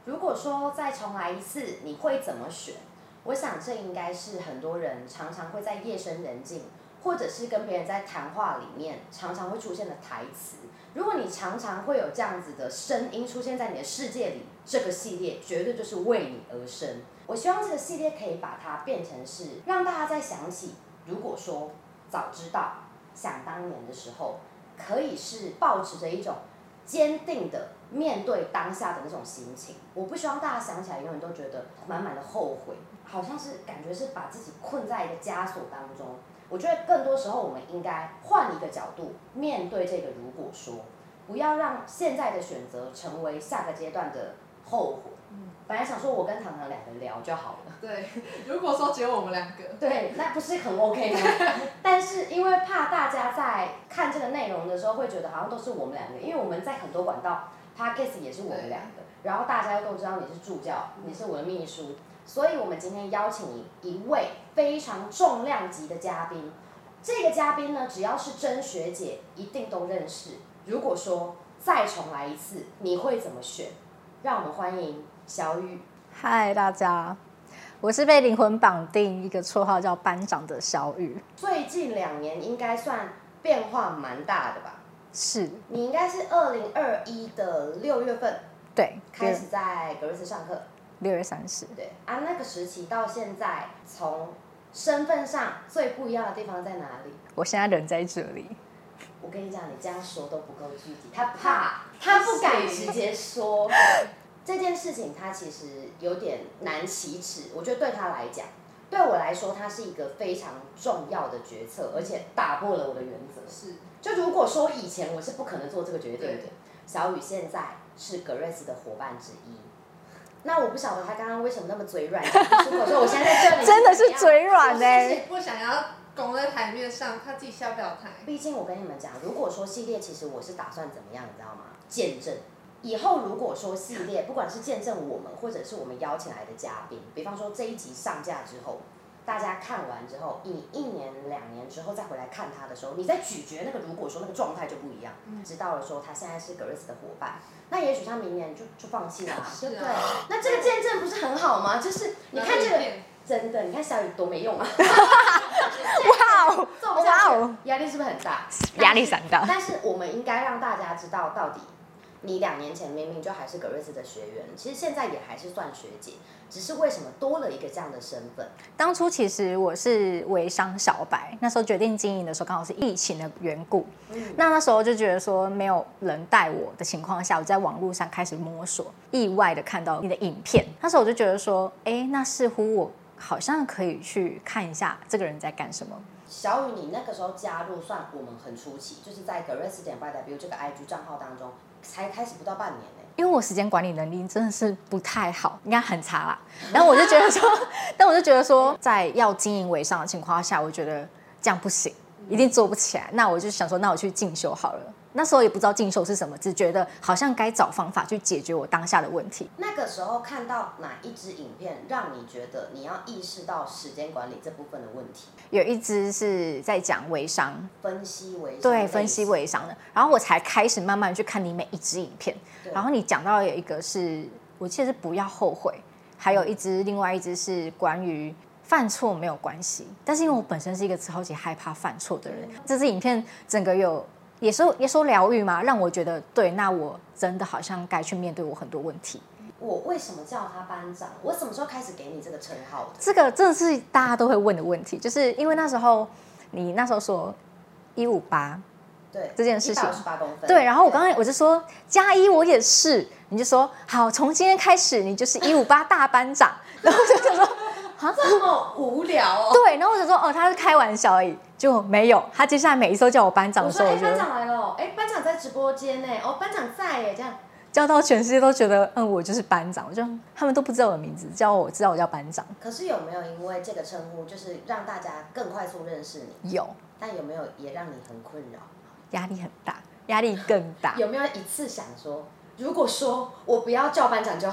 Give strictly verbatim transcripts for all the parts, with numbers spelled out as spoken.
如果说再重来一次，你会怎么选？我想这应该是很多人常常会在夜深人静，或者是跟别人在谈话里面常常会出现的台词。如果你常常会有这样子的声音出现在你的世界里，这个系列绝对就是为你而生。我希望这个系列可以把它变成是让大家在想起，如果说早知道，想当年的时候，可以是抱持着一种坚定的面对当下的那种心情。我不希望大家想起来永远都觉得满满的后悔，好像是感觉是把自己困在一个枷锁当中。我觉得更多时候我们应该换一个角度面对这个如果说，不要让现在的选择成为下个阶段的后悔。本来想说我跟糖糖两个聊就好了。 对，如果说只有我们两个， 对，那不是很 OK 吗？但是因为怕大家在看这个内容的时候会觉得好像都是我们两个，因为我们在很多管道 ，Podcast 也是我们两个，然后大家又都知道你是助教，你是我的秘书，所以我们今天邀请一位非常重量级的嘉宾。这个嘉宾呢，只要是真学姐，一定都认识。如果说再重来一次，你会怎么选？让我们欢迎小雨。 嗨，大家，我是被灵魂绑定一个绰号叫班长的小雨。 最近两年应该算变化蛮大的吧？ 是。 你应该是二零二一的六月份， 对， 开始在格瑞斯上课。 六月三十。 对啊，那个时期到现在，从身份上最不一样的地方在哪里？ 我现在人在这里。 我跟你讲，你这样说都不够具体，他怕，他不敢直接说。这件事情他其实有点难启齿，我觉得对他来讲，对我来说，它是一个非常重要的决策，而且打破了我的原则。 是，就如果说以前我是不可能做这个决定的，小雨现在是格瑞斯的伙伴之一。那我不晓得他刚刚为什么那么嘴软，我说我现在在这里， 真的是嘴软哎， 不想要拱在台面上，他自己下不了台。 毕竟我跟你们讲，如果说系列，其实我是打算怎么样，你知道吗？见证。以后如果说系列，不管是见证我们，或者是我们邀请来的嘉宾，比方说这一集上架之后，大家看完之后，你一年两年之后再回来看他的时候，你在咀嚼那个如果说那个状态就不一样。嗯、知道了说他现在是格瑞斯的伙伴，那也许他明年就就放弃了、啊，对不对？那这个见证不是很好吗？就是你看这个，真的，你看小雨多没用啊！ 哇哦， 哇哦，压力是不是很大？ 压力山大。 但是我们应该让大家知道到底。你两年前明明就还是格瑞斯的学员，其实现在也还是算学姐，只是为什么多了一个这样的身份？ 当初其实我是微商小白，那时候决定经营的时候刚好是疫情的缘故，嗯、那那时候就觉得说没有人带我的情况下，我在网络上开始摸索，意外的看到你的影片，那时候我就觉得说，哎，那似乎我好像可以去看一下这个人在干什么。 小雨，你那个时候加入算我们很初期，就是在格瑞斯点 by W 这个 I G 账号当中。才开始不到半年呢、欸， 因为我时间管理能力真的是不太好，应该很差啦。然后我就觉得说，但我就觉得说，在要经营微商的情况下，我觉得这样不行，一定做不起来。那我就想说，那我去进修好了。那时候也不知道进修是什么，只觉得好像该找方法去解决我当下的问题。 那个时候看到哪一支影片让你觉得你要意识到时间管理这部分的问题？ 有一支是在讲微商， 分析微商， 对，分析微商的。然后我才开始慢慢去看你每一支影片。然后你讲到有一个是，我记得是不要后悔，还有一支，另外一支是关于犯错没有关系。但是因为我本身是一个超级害怕犯错的人，嗯、这支影片整个有。也说也说疗愈嘛，让我觉得对，那我真的好像该去面对我很多问题。 我为什么叫他班长？我什么时候开始给你这个称号的？ 这个这是大家都会问的问题，就是因为那时候你那时候说一五八， 对这件事情， 一百五十八公分， 对。然后我刚才我就说加一，我也是，你就说好，从今天开始你就是一五八大班长，然后我就想说。 这么无聊哦。 对，然后我就说哦，他是开玩笑而已，结果没有。他接下来每一次都叫我班长的时候， 我说哎，班长来了，哎，班长在直播间呢，哦，班长在耶，这样叫到全世界都觉得嗯，我就是班长，我就他们都不知道我的名字，叫我知道我叫班长。 可是有没有因为这个称呼，就是让大家更快速认识你？ 有， 但有没有也让你很困扰？ 压力很大，压力更大。 有没有一次想说，如果说我不要叫班长就好了？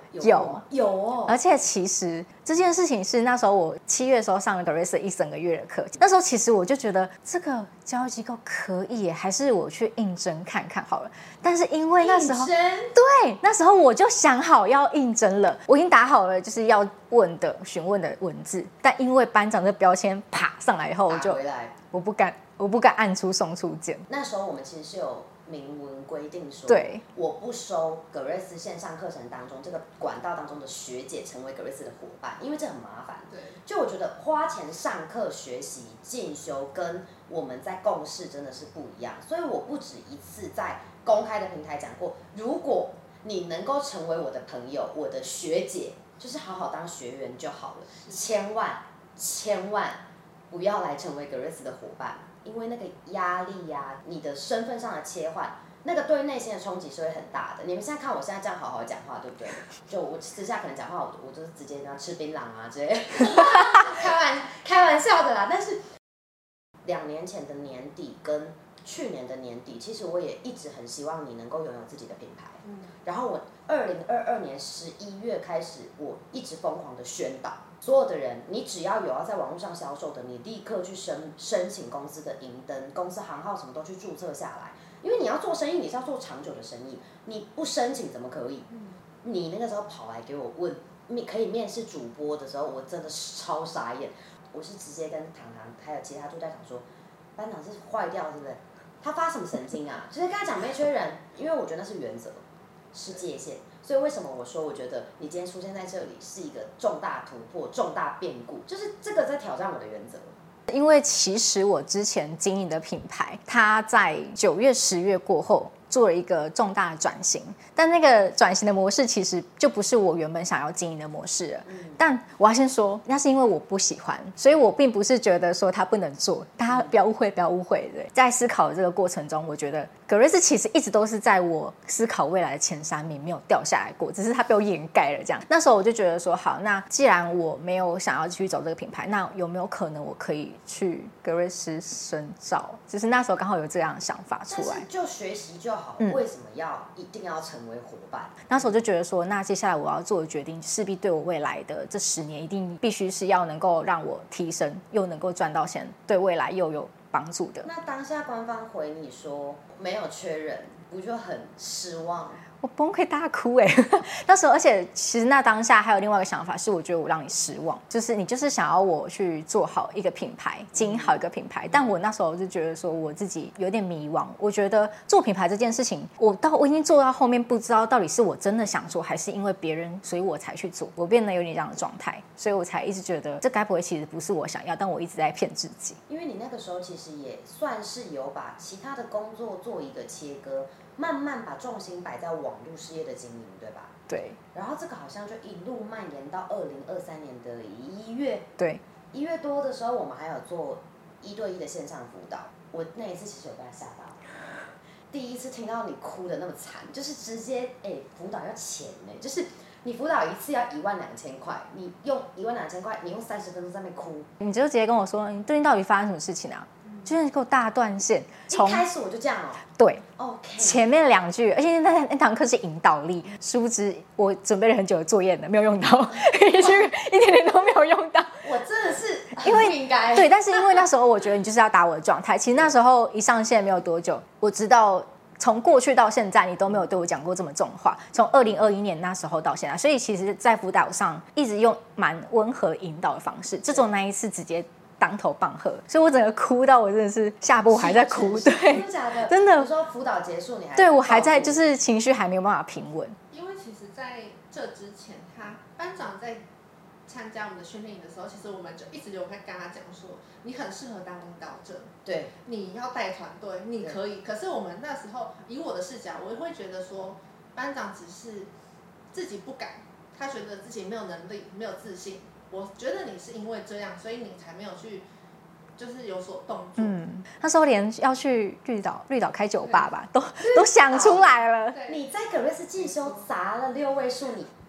有有哦， 而且其实这件事情是那时候我七月的时候上了 Grace 一整个月的课，那时候其实我就觉得这个教育机构可以耶，还是我去应征看看好了。但是因为那时候，对，那时候我就想好要应征了，我已经打好了就是要问的询问的文字，但因为班长的标签啪上来以后，我就我不敢我不敢按出送出键。 那时候我们其实是有明文规定说， 对， 我不收格瑞斯线上课程当中这个管道当中的学姐成为格瑞斯的伙伴，因为这很麻烦。 对， 就我觉得花钱上课学习进修跟我们在共事真的是不一样，所以我不止一次在公开的平台讲过，如果你能够成为我的朋友，我的学姐，就是好好当学员就好了，千万千万不要来成为格瑞斯的伙伴。因为那个压力呀、啊，你的身份上的切换，那个对内心的冲击是会很大的。你们现在看我现在这样好好讲话，对不对？就我私下可能讲话，我我就是直接跟他吃槟榔啊之类的，开玩开玩笑的啦。但是两年前的年底跟去年的年底，其实我也一直很希望你能够拥有自己的品牌。嗯、然后我二零二二年十一月开始，我一直疯狂的宣导。所有的人，你只要有要在网络上销售的，你立刻去申申请公司的银灯、公司行号什么都去注册下来，因为你要做生意，你是要做长久的生意，你不申请怎么可以？嗯、你那个时候跑来给我问可以面试主播的时候，我真的是超傻眼。我是直接跟糖糖还有其他助教讲说，班长是坏掉是不是？他发什么神经啊？就是跟他讲没缺人，因为我觉得那是原则，是界限。所以为什么我说我觉得你今天出现在这里是一个重大突破、重大变故，就是这个在挑战我的原则。 因为其实我之前经营的品牌，它在九月、十月过后做了一个重大的转型，但那个转型的模式其实就不是我原本想要经营的模式了。嗯、但我要先说，那是因为我不喜欢，所以我并不是觉得说它不能做，大家不要误会，不要误会。对，在思考的这个过程中，我觉得格瑞斯其实一直都是在我思考未来的前三名，没有掉下来过，只是它被我掩盖了。这样，那时候我就觉得说，好，那既然我没有想要继续走这个品牌，那有没有可能我可以去格瑞斯深造？就是那时候刚好有这样的想法出来， 但是就学习就好。嗯、为什么要一定要成为伙伴？ 那时候就觉得说，那接下来我要做的决定，势必对我未来的这十年，一定必须是要能够让我提升，又能够赚到钱，对未来又有帮助的。 那当下官方回你说没有缺人，不就很失望？ 我崩溃大哭哎、欸！那时候，而且其实那当下还有另外一个想法，是我觉得我让你失望，就是你就是想要我去做好一个品牌，经营好一个品牌。但我那时候就觉得说，我自己有点迷惘。我觉得做品牌这件事情，我到我已经做到后面，不知道到底是我真的想做，还是因为别人，所以我才去做。我变得有点这样的状态，所以我才一直觉得这该不会其实不是我想要，但我一直在骗自己。 因为你那个时候其实也算是有把其他的工作做一个切割。慢慢把重心摆在网络事业的经营，对吧？ 对。 然后这个好像就一路蔓延到二零二三年的一月。 对。 一月多的时候，我们还有做一对一的线上辅导。我那一次其实有被他吓到，第一次听到你哭的那么惨，就是直接哎、欸，辅导要钱呢、欸，就是你辅导一次要一万两千块，你用一万两千块，你用三十分钟在那边哭， 你就直接跟我说，你最近到底发生什么事情啊？就是给我大断线， 一开始我就这样哦、喔。 对 ，OK。 前面两句，而且那那堂课是引导力，殊不知我准备了很久的作业呢，没有用到，一句一点点都没有用到。 我真的是因为应该对，但是因为那时候我觉得你就是要打我的状态。其实那时候一上线没有多久，我知道从过去到现在，你都没有对我讲过这么重话。从二零二一年那时候到现在，所以其实，在辅导上一直用蛮温和引导的方式，这种那一次直接当头棒喝，所以我整个哭到我真的是下播还在哭，对， 真的假的？ 真的。 你说辅导结束，你还对我还在，就是情绪还没有办法平稳。 因为其实在这之前，他班长在参加我们的训练营的时候，其实我们就一直有在跟他讲说，你很适合当领导者， 对， 你要带团队，你可以。可是我们那时候以我的视角，我会觉得说，班长只是自己不敢，他觉得自己没有能力，没有自信。我觉得你是因为这样，所以你才没有去，就是有所动作。 嗯，那时候连要去绿岛，绿岛开酒吧吧，都都想出来了。 你在格瑞斯进修砸了六位数，你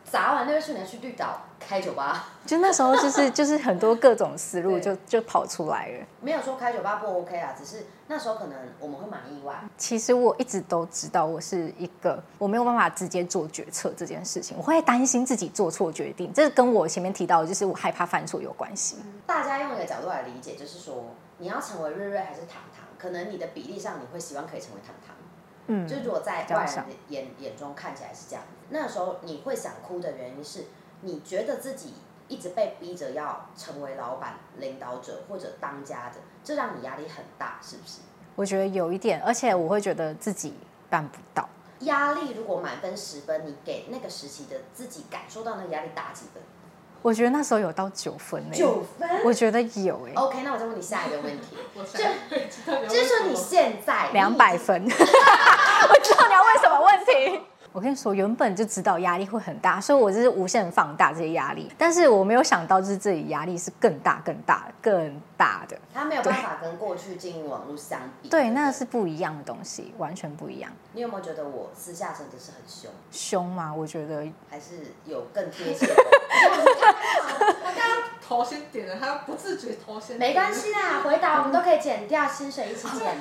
砸完六月去年去绿岛开酒吧， 就那时候就是就是很多各种思路就就跑出来了。 没有说开酒吧不 OK 啦，只是那时候可能我们会蛮意外。 其实我一直都知道我是一个我没有办法直接做决策这件事情，我会担心自己做错决定，这跟我前面提到的就是我害怕犯错有关系。 大家用一个角度来理解，就是说你要成为瑞瑞还是糖糖，可能你的比例上你会希望可以成为糖糖。嗯，就是如果在外人的眼眼中看起来是这样子，那时候你会想哭的原因是，你觉得自己一直被逼着要成为老板、领导者或者当家的，这让你压力很大，是不是？ 我觉得有一点，而且我会觉得自己办不到。 压力如果满分十分，你给那个时期的自己感受到那个压力打几分？ 我觉得那时我有到九分呢、欸。 九分？ 我觉得有哎、欸。 OK， 那我再问你下一个问题， 就就是说你现在两百分，我知道你要问什么问题。我跟你说，原本就知道压力会很大，所以我就是无限放大这些压力。但是我没有想到，就是这里压力是更大、更大、更大的。 它没有办法跟过去经营网络相比。 对，那是不一样的东西，完全不一样。 你有没有觉得我私下真的是很凶？ 凶吗？我觉得还是有更贴切的。 他刚刚头先点了，他不自觉头先点了。 没关系啦，回答我们都可以剪掉，薪水一起剪。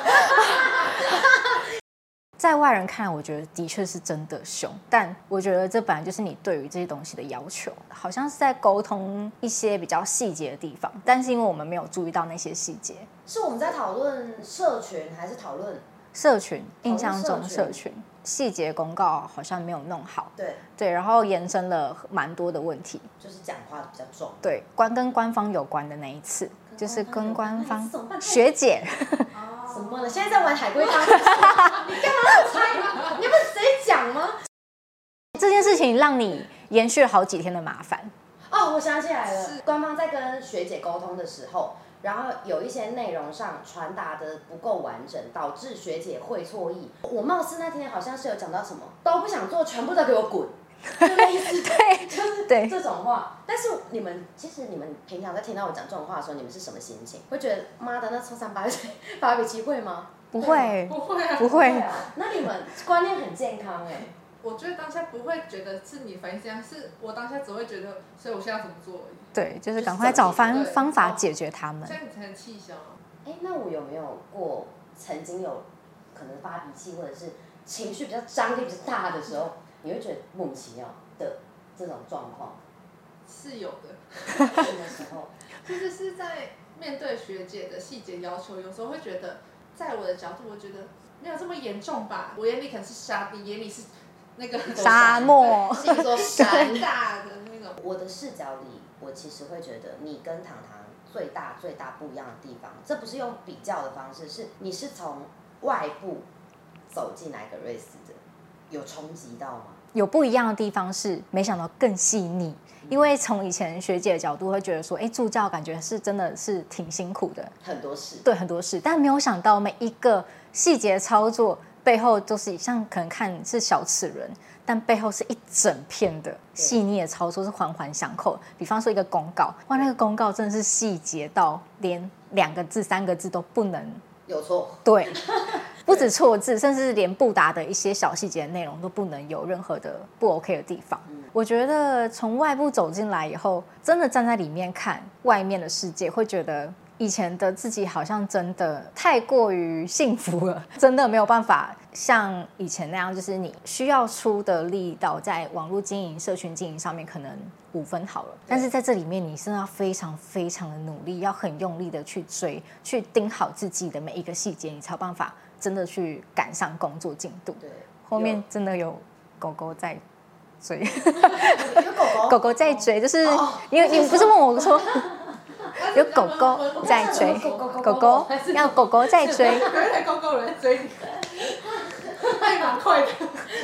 在外人看来，我觉得的确是真的凶，但我觉得这本来就是你对于这些东西的要求，好像是在沟通一些比较细节的地方，但是因为我们没有注意到那些细节。 是我们在讨论社群，还是讨论社群？印象中社群细节公告好像没有弄好， 对对，然后延伸了蛮多的问题， 就是讲话比较重， 对，官跟官方有关的那一次，就是跟官方学姐。 什么呢？现在在玩海龟汤，你干嘛让我猜？你不是直接讲吗？ 这件事情让你延续了好几天的麻烦。 哦，我想起来了，官方在跟学姐沟通的时候，然后有一些内容上传达的不够完整，导致学姐会错意。我貌似那天好像是有讲到什么，都不想做，全部都给我滚。就类似对， 就是这种话。但是你们其实你们平常在听到我讲这种话的时候，你们是什么心情？会觉得妈的那抽三八八比七会吗？ 不会， 不会啊， 不会啊。那你们观念很健康哎、欸。 我觉得当下不会觉得是你反应这样，是我当下只会觉得，所以我现在要怎么做而已。 对，就是赶快找方方法解决他们。 这样你才能气消。 哎，那我有没有过曾经有可能发脾气或者是情绪比较张力比较大的时候？你会觉得莫名其妙的这种状况是有的。 什么时候？ 其实是在面对学姐的细节要求，有时候会觉得，在我的角度，我觉得没有这么严重吧。我眼里可能是沙地，眼里是那个沙漠， 是一座山大的那种。 我的视角里，我其实会觉得你跟糖糖最大最大不一样的地方，这不是用比较的方式，是你是从外部走进来个瑞斯的。有冲击到吗？ 有不一样的地方是，没想到更细腻。因为从以前学姐的角度会觉得说，哎，助教感觉是真的是挺辛苦的， 很多事， 对，很多事，但没有想到每一个细节操作背后都是像可能看是小齿轮，但背后是一整片的细腻的操作，是环环相扣。比方说一个公告，哇，那个公告真的是细节到连两个字、三个字都不能有错， 对。不止错字，甚至连布达的一些小细节内容都不能有任何的不 OK 的地方。嗯、我觉得从外部走进来以后，真的站在里面看外面的世界，会觉得以前的自己好像真的太过于幸福了，真的没有办法像以前那样，就是你需要出的力道在网络经营、社群经营上面可能五分好了，但是在这里面你真的要非常非常的努力，要很用力的去追，去盯好自己的每一个细节，你才有办法真的去赶上工作进度。 对， 后面真的有狗狗在追， 有狗狗， 狗狗在追，就是你你不是问我说有狗狗在追，狗狗要狗狗在追， 有一台狗狗人追你，还蛮快的。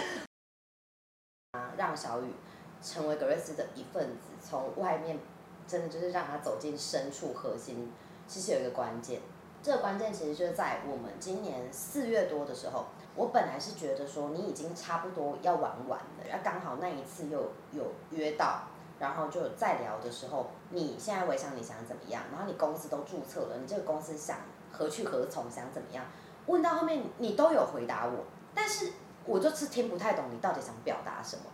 让小雨成为格瑞斯的一份子，从外面真的就是让他走进深处核心，其实有一个关键。这个关键其实就是在我们今年四月多的时候，我本来是觉得说你已经差不多要玩完了，然后刚好那一次又有约到，然后就再聊的时候，你现在回想你想怎么样，然后你公司都注册了，你这个公司想何去何从，想怎么样，问到后面你都有回答我，但是我就是听不太懂你到底想表达什么。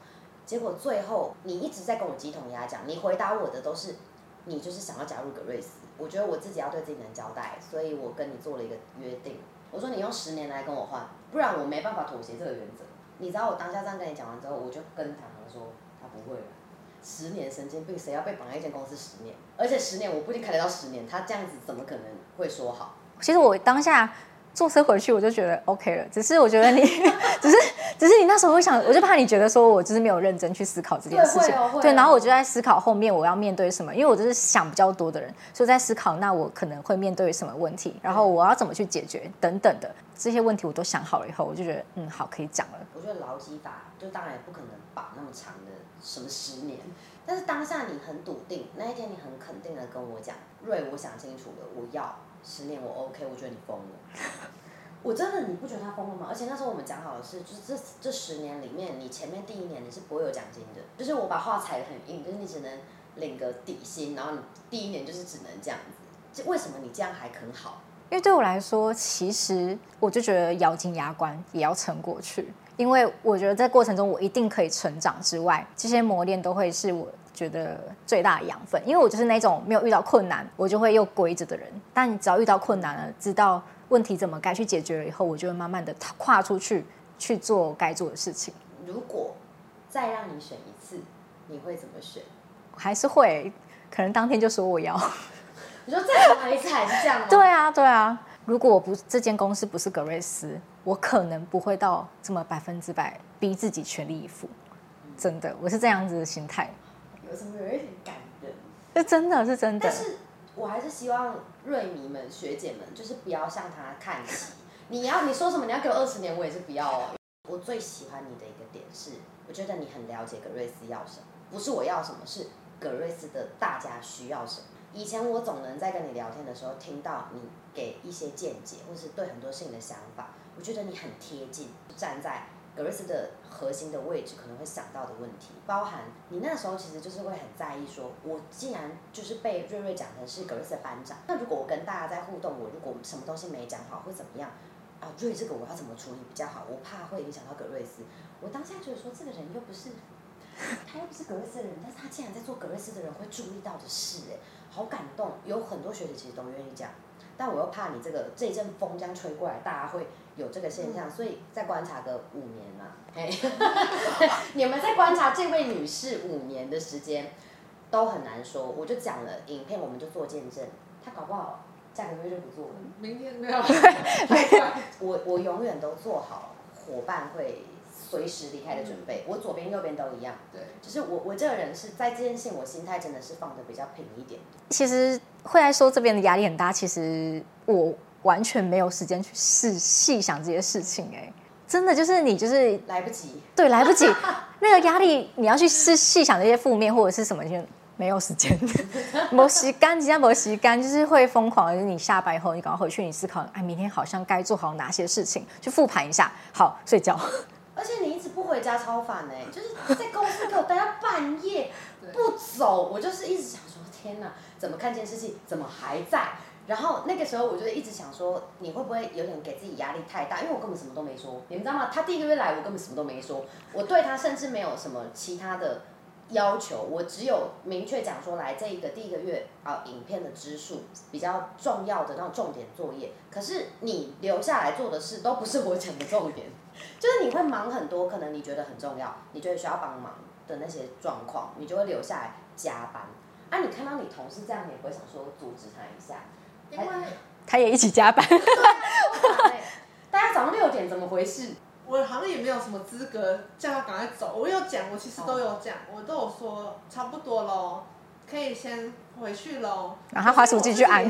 结果最后你一直在跟我鸡同鸭讲，你回答我的都是你就是想要加入格瑞斯。我觉得我自己要对自己能交代，所以我跟你做了一个约定。我说你用十年来跟我换，不然我没办法妥协这个原则。你知道我当下这样跟你讲完之后，我就跟唐唐说他不会了，十年神经病，谁要被绑在一间公司十年？而且十年我不一定开得到十年，他这样子怎么可能会说好？ 其实我当下坐车回去我就觉得 OK 了，只是我觉得你只是只是你那时候会想，我就怕你觉得说我就是没有认真去思考这件事情， 对, 哦、 对，然后我就在思考后面我要面对什么，因为我就是想比较多的人，所以在思考那我可能会面对什么问题，然后我要怎么去解决等等的这些问题我都想好了以后，我就觉得嗯好可以讲了。 我觉得劳基法就当然也不可能绑那么长的什么十年，但是当下你很笃定，那一天你很肯定的跟我讲，瑞，我想清楚了，我要十年，我 OK， 我觉得你疯了。我真的，你不觉得他疯了吗？而且那时候我们讲好的是，就是这这十年里面，你前面第一年你是不会有奖金的，就是我把话踩得很硬，就是你只能领个底薪，然后你第一年就是只能这样子。为什么你这样还肯好？ 因为对我来说，其实我就觉得咬紧牙关也要撑过去，因为我觉得在过程中我一定可以成长之外，这些磨练都会是我觉得最大的养分。因为我就是那种没有遇到困难我就会又归着的人，但你只要遇到困难了，知道问题怎么该去解决了以后，我就会慢慢的跨出去去做该做的事情。 如果再让你选一次，你会怎么选？ 还是会，可能当天就说我要。 你说再重来一次还是这样吗？ 对啊，对啊。如果我不这间公司不是格瑞斯，我可能不会到这么百分之百逼自己全力以赴。真的，我是这样子的心态。 有什么有一点感人？ 是真的，是真的。 但是我还是希望瑞迷们、学姐们，就是不要向他看齐。你要你说什么，你要给我二十年，我也是不要哦。我最喜欢你的一个点是，我觉得你很了解格瑞斯要什么，不是我要什么，是格瑞斯的大家需要什么。以前我总能在跟你聊天的时候听到你给一些见解，或是对很多事情的想法，我觉得你很贴近，站在格瑞斯的核心的位置可能会想到的问题，包含你那时候其实就是会很在意说，我既然就是被瑞瑞讲成是格瑞斯的班长，那如果我跟大家在互动，我如果什么东西没讲好会怎么样啊？瑞这个我要怎么处理比较好？我怕会影响到格瑞斯。我当下觉得说，这个人又不是他又不是格瑞斯的人，但是他竟然在做格瑞斯的人会注意到的事，哎，好感动。有很多学姐其实都愿意讲，但我又怕你这个这一阵风这样吹过来，大家会有这个现象，所以再观察个五年嘛。你们在观察这位女士五年的时间，都很难说。我就讲了影片，我们就做见证，她搞不好下个月就不做了。 明天没有。 我我永远都做好伙伴会随时离开的准备，我左边右边都一样。 对， 就是我我这个人是在这件事情，我心态真的是放得比较平一点。 其实会来说这边的压力很大，其实我完全没有时间去细细想这些事情、欸，哎，真的就是你就是来不及， 对，来不及。那个压力你要去细细想这些负面或者是什么，就没有时间。没时间，今天没时间，就是会疯狂的。就是你下班以后，你赶快回去，你思考，哎，明天好像该做好哪些事情，去复盘一下，好睡觉。 而且你一直不回家超烦哎、欸，就是在公司给我待到半夜不走，我就是一直想说天哪，怎么看监视器怎么还在？然后那个时候我就一直想说，你会不会有点给自己压力太大？因为我根本什么都没说，你们知道吗？他第一个月来，我根本什么都没说，我对他甚至没有什么其他的要求，我只有明确讲说，来这一个第一个月啊、呃，影片的支数比较重要的那种重点作业。可是你留下来做的事都不是我讲的重点。就是你会忙很多，可能你觉得很重要，你觉得需要帮忙的那些状况，你就会留下来加班。啊，你看到你同事这样，你也不会想说阻止他一下， 因为他也一起加班。 对啊，大家早上六点怎么回事？ 我好像也没有什么资格叫他赶快走。我有讲，我其实都有讲，我都有说差不多咯，可以先回去咯。 然后他滑鼠继续按。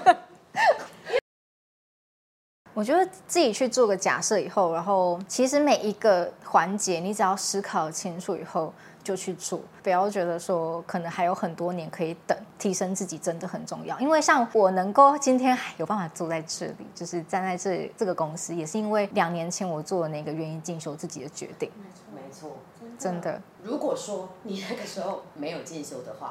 我觉得自己去做个假设以后，然后其实每一个环节，你只要思考清楚以后就去做，不要觉得说可能还有很多年可以等，提升自己真的很重要。因为像我能够今天有办法坐在这里，就是站在这这个公司，也是因为两年前我做了那个愿意进修自己的决定。 没错， 真的。 如果说你那个时候没有进修的话，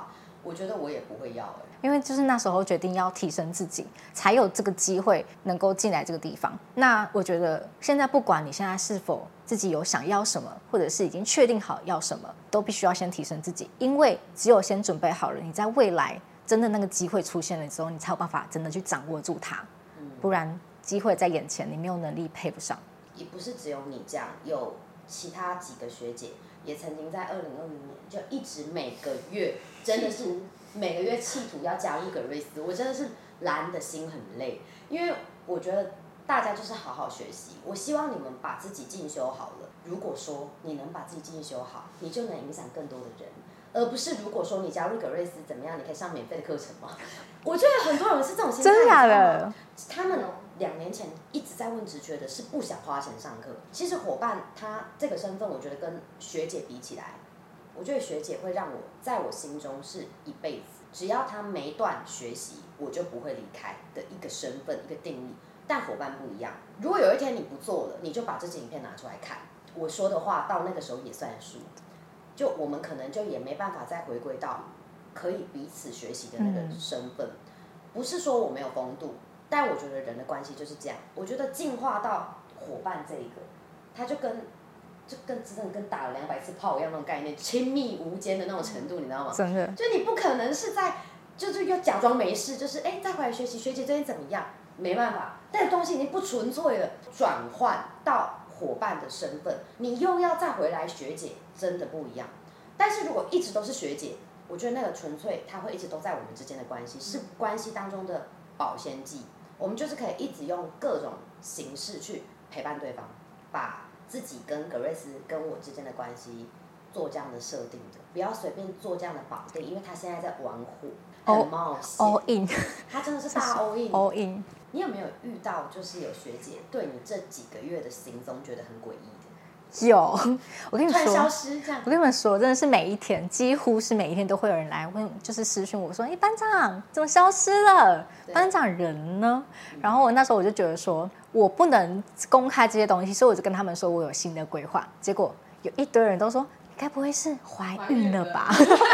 我觉得我也不会要哎、 因为就是那时候决定要提升自己，才有这个机会能够进来这个地方。那我觉得现在不管你现在是否自己有想要什么，或者是已经确定好要什么，都必须要先提升自己，因为只有先准备好了，你在未来真的那个机会出现了之后，你才有办法真的去掌握住它，嗯、不然机会在眼前，你没有能力配不上。 也不是只有你这样，有其他几个学姐也曾经在二零二零年就一直每个月真的是每个月企图要加入格瑞斯，我真的是蓝的心很累，因为我觉得大家就是好好学习，我希望你们把自己进修好了。如果说你能把自己进修好，你就能影响更多的人，而不是如果说你加入格瑞斯怎么样，你可以上免费的课程吗？我觉得很多人是这种心态， 真假的？ 他们两年前一直在问职缺的是不想花钱上课。其实伙伴他这个身份，我觉得跟学姐比起来，我觉得学姐会让我在我心中是一辈子，只要他没断学习，我就不会离开的一个身份，一个定义。但伙伴不一样，如果有一天你不做了，你就把这支影片拿出来看，我说的话到那个时候也算数，就我们可能就也没办法再回归到可以彼此学习的那个身份。嗯、不是说我没有风度，但我觉得人的关系就是这样。我觉得进化到伙伴这一个，他就跟就跟真的跟打了两百次炮一样那种概念，亲密无间的那种程度，你知道吗？ 真的， 就你不可能是在就是又假装没事，就是哎再回来学习，学姐最近怎么样？没办法，但东西已经不纯粹了，转换到伙伴的身份，你又要再回来学姐，真的不一样。但是如果一直都是学姐，我觉得那个纯粹，它会一直都在我们之间的关系，是关系当中的保鲜剂。我们就是可以一直用各种形式去陪伴对方，把自己跟格瑞斯跟我之间的关系做这样的设定的，不要随便做这样的绑定，因为他现在在玩火，很冒险 ，all in， 他真的是大 all in all in。 你有没有遇到就是有学姐对你这几个月的行踪觉得很诡异的？ 有，我跟你说， 突然消失这样。 我跟你们说，真的是每一天，几乎是每一天都会有人来问，就是私讯我说：“哎，班长怎么消失了？班长人呢？”然后我那时候我就觉得说，我不能公开这些东西，所以我就跟他们说我有新的规划。结果有一堆人都说：“该不会是怀孕了吧？”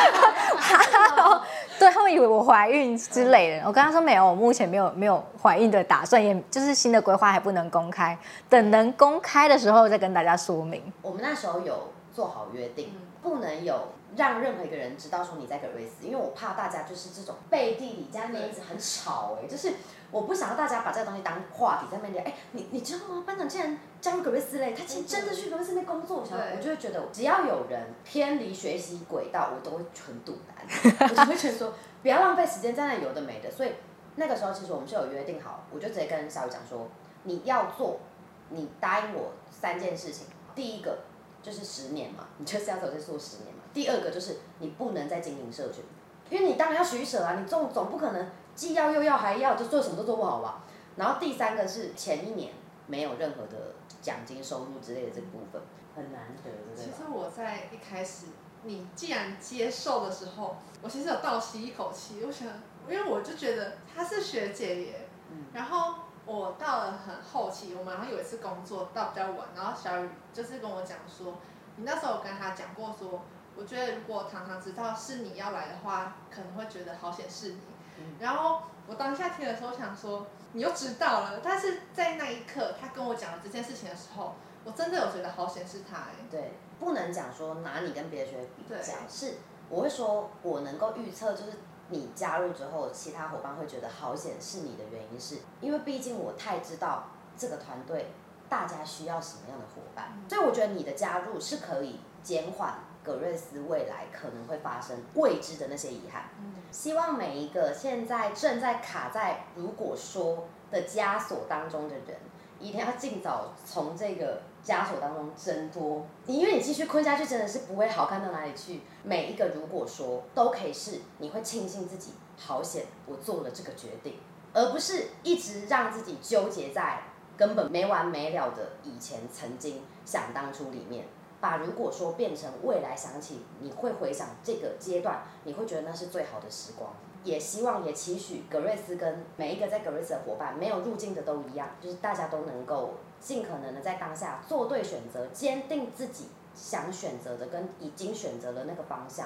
对，他们以为我怀孕之类的。我跟他说没有，我目前没有没有怀孕的打算，也就是新的规划还不能公开，等能公开的时候再跟大家说明。 我们那时候有做好约定，不能有让任何一个人知道说你在格瑞斯，因为我怕大家就是这种背地里在那边一直很吵哎、欸，就是我不想要大家把这个东西当话题在那边聊。哎、欸，你你知道吗？班长竟然加入格瑞斯嘞，他其实真的去格瑞斯那边工作。我想，我就会觉得只要有人偏离学习轨道，我都会很堵拦，我就会觉得说不要浪费时间在那有的没的。所以那个时候其实我们是有约定好，我就直接跟小雨讲说，你要做，你答应我三件事情。第一个就是十年嘛，你就是要走这做十年嘛。第二个就是你不能再经营社群，因为你当然要取舍啊，你总总不可能既要又要还要，就做什么都做不好吧。然后第三个是前一年没有任何的奖金收入之类的这个部分，很难得，对不对？ 其实我在一开始，你既然接受的时候，我其实有倒吸一口气，我想，因为我就觉得她是学姐耶，嗯、然后我到了很后期，我们好像有一次工作到比较晚，然后小雨就是跟我讲说，你那时候有跟她讲过说，我觉得如果堂堂知道是你要来的话，可能会觉得好险是你。嗯、然后我当下听的时候想说，你又知道了，但是在那一刻他跟我讲了这件事情的时候，我真的有觉得好险是他哎。 对，不能讲说拿你跟别的学生比较，是我会说我能够预测，就是你加入之后，其他伙伴会觉得好险是你的原因是，因为毕竟我太知道这个团队大家需要什么样的伙伴，嗯、所以我觉得你的加入是可以减缓格瑞斯未来可能会发生未知的那些遗憾。嗯、希望每一个现在正在卡在如果说的枷锁当中的人，一定要尽早从这个枷锁当中挣脱。因为你继续困下去，真的是不会好看到哪里去。每一个如果说都可以是，你会庆幸自己好险，我做了这个决定，而不是一直让自己纠结在根本没完没了的以前曾经想当初里面。把如果说变成未来想起，你会回想这个阶段，你会觉得那是最好的时光。也希望也期许格瑞斯跟每一个在格瑞斯的伙伴，没有入境的都一样，就是大家都能够尽可能的在当下做对选择，坚定自己想选择的跟已经选择的那个方向，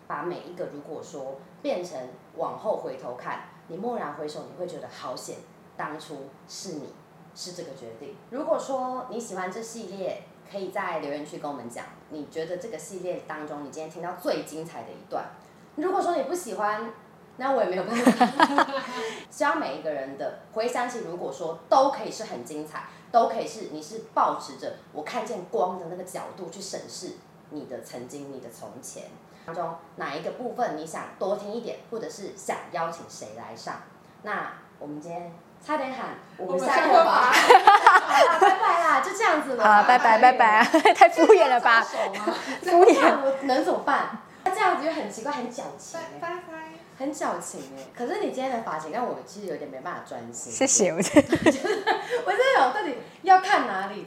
把每一个如果说变成往后回头看，你蓦然回首，你会觉得好险，当初是你是这个决定。如果说你喜欢这系列，可以在留言区跟我们讲，你觉得这个系列当中你今天听到最精彩的一段。如果说你不喜欢，那我也没有办法。希望每一个人的回想起，如果说都可以是很精彩，都可以是你是抱持着我看见光的那个角度去审视你的曾经，你的从前当中哪一个部分你想多听一点，或者是想邀请谁来上。那我们今天差点喊我们下课吧，好啦，拜拜啦，就这样子了。 好，拜拜拜拜，太敷衍了吧？ 敷衍，我能怎么办？那这样子就很奇怪，很矫情哎、欸， 拜拜， 很矫情哎、欸。可是你今天的发型让我其实有点没办法专心。 谢谢，我我真的有到底要看哪里？